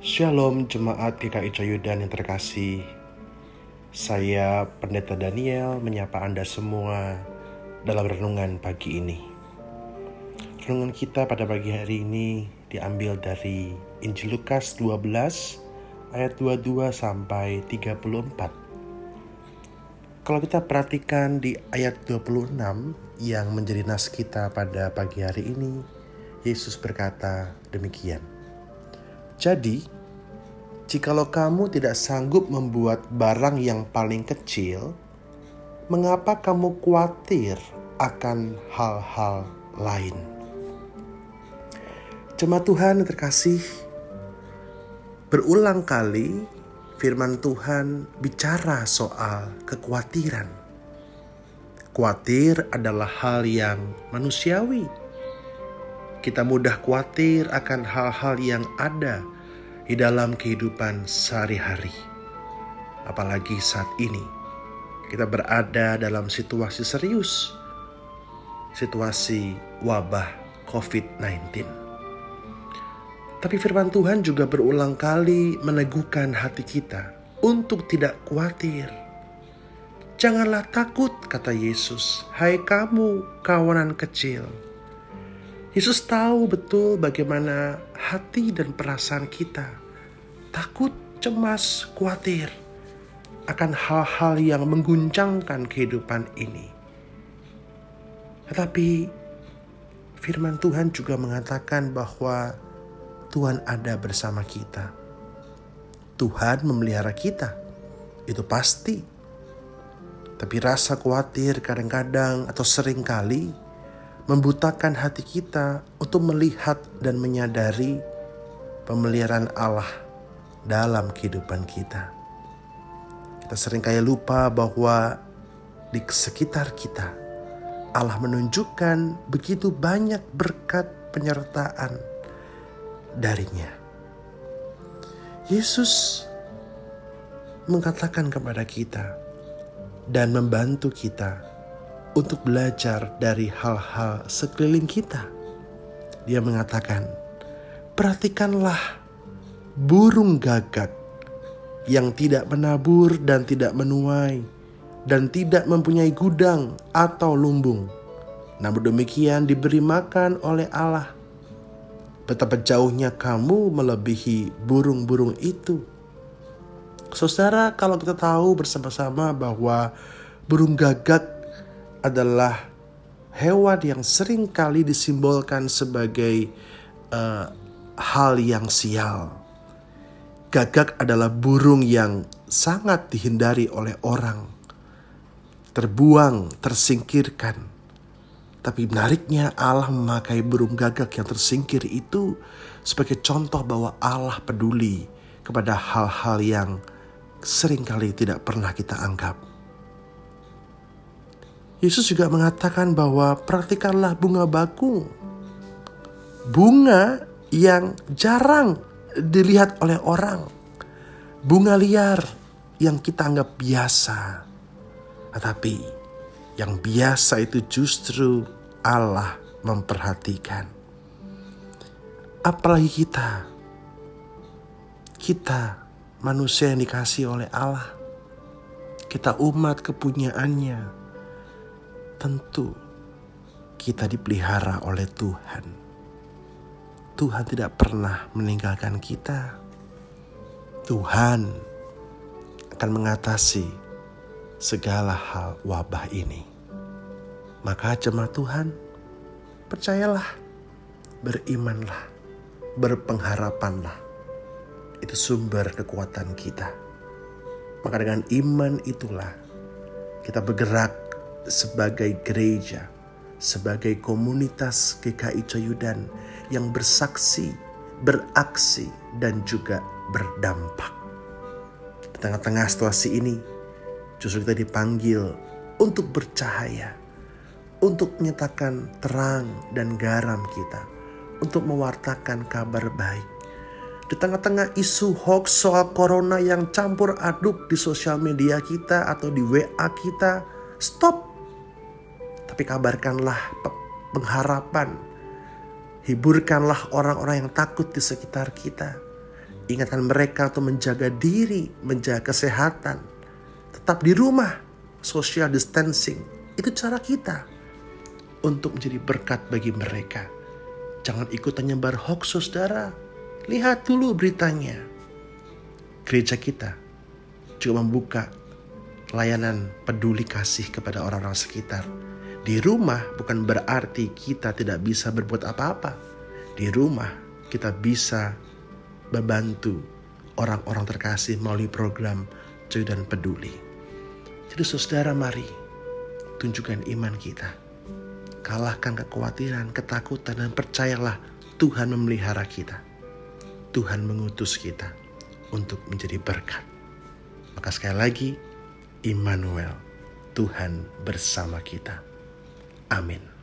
Shalom Jemaat GKI Coyudan yang terkasih. Saya Pendeta Daniel menyapa Anda semua dalam renungan pagi ini. Renungan kita pada pagi hari ini diambil dari Injil Lukas 12 ayat 22 sampai 34. Kalau kita perhatikan di ayat 26 yang menjadi nas kita pada pagi hari ini, Yesus berkata demikian. Jadi, jikalau kamu tidak sanggup membuat barang yang paling kecil, mengapa kamu khawatir akan hal-hal lain? Jemaat Tuhan yang terkasih, berulang kali firman Tuhan bicara soal kekhawatiran. Khawatir adalah hal yang manusiawi. Kita mudah khawatir akan hal-hal yang ada di dalam kehidupan sehari-hari. Apalagi saat ini kita berada dalam situasi serius, situasi wabah COVID-19. Tapi firman Tuhan juga berulang kali meneguhkan hati kita untuk tidak khawatir. Janganlah takut, kata Yesus, hai kamu kawanan kecil. Yesus tahu betul bagaimana hati dan perasaan kita takut, cemas, khawatir akan hal-hal yang mengguncangkan kehidupan ini. Tetapi firman Tuhan juga mengatakan bahwa Tuhan ada bersama kita. Tuhan memelihara kita, itu pasti. Tapi rasa khawatir kadang-kadang atau seringkali membutakan hati kita untuk melihat dan menyadari pemeliharaan Allah dalam kehidupan kita. Kita seringkali lupa bahwa di sekitar kita Allah menunjukkan begitu banyak berkat penyertaan darinya. Yesus mengatakan kepada kita dan membantu kita untuk belajar dari hal-hal sekeliling kita. Dia mengatakan, perhatikanlah burung gagak yang tidak menabur dan tidak menuai dan tidak mempunyai gudang atau lumbung, namun demikian diberi makan oleh Allah. Betapa jauhnya kamu melebihi burung-burung itu. Saudara, kalau kita tahu bersama-sama bahwa burung gagak adalah hewan yang sering kali disimbolkan sebagai hal yang sial. Gagak adalah burung yang sangat dihindari oleh orang, terbuang, tersingkirkan. Tapi menariknya Allah memakai burung gagak yang tersingkir itu sebagai contoh bahwa Allah peduli kepada hal-hal yang seringkali tidak pernah kita anggap. Yesus juga mengatakan bahwa perhatikanlah bunga bakung. Bunga yang jarang dilihat oleh orang. Bunga liar yang kita anggap biasa. Tetapi yang biasa itu justru Allah memperhatikan. Apalagi kita manusia yang dikasihi oleh Allah. Kita umat kepunyaannya. Tentu kita dipelihara oleh Tuhan. Tuhan tidak pernah meninggalkan kita. Tuhan akan mengatasi segala hal wabah ini. Maka jemaat Tuhan, percayalah, berimanlah, berpengharapanlah. Itu sumber kekuatan kita. Maka dengan iman itulah kita bergerak sebagai gereja, sebagai komunitas GKI Coyudan yang bersaksi, beraksi, dan juga berdampak. Di tengah-tengah situasi ini, justru kita dipanggil untuk bercahaya, untuk menyatakan terang dan garam kita, untuk mewartakan kabar baik. Di tengah-tengah isu hoax soal corona yang campur aduk di sosial media kita atau di WA kita, stop. Tapi kabarkanlah pengharapan. Hiburkanlah orang-orang yang takut di sekitar kita. Ingatkan mereka untuk menjaga diri, menjaga kesehatan. Tetap di rumah, social distancing. Itu cara kita untuk menjadi berkat bagi mereka. Jangan ikutan nyebar hoax, saudara. Lihat dulu beritanya. Gereja kita juga membuka layanan peduli kasih kepada orang-orang sekitar. Di rumah bukan berarti kita tidak bisa berbuat apa-apa. Di rumah kita bisa membantu orang-orang terkasih melalui program Joy dan Peduli. Jadi saudara, mari tunjukkan iman kita. Kalahkan kekhawatiran, ketakutan, dan percayalah Tuhan memelihara kita. Tuhan mengutus kita untuk menjadi berkat. Maka sekali lagi, Immanuel, Tuhan bersama kita. Amin.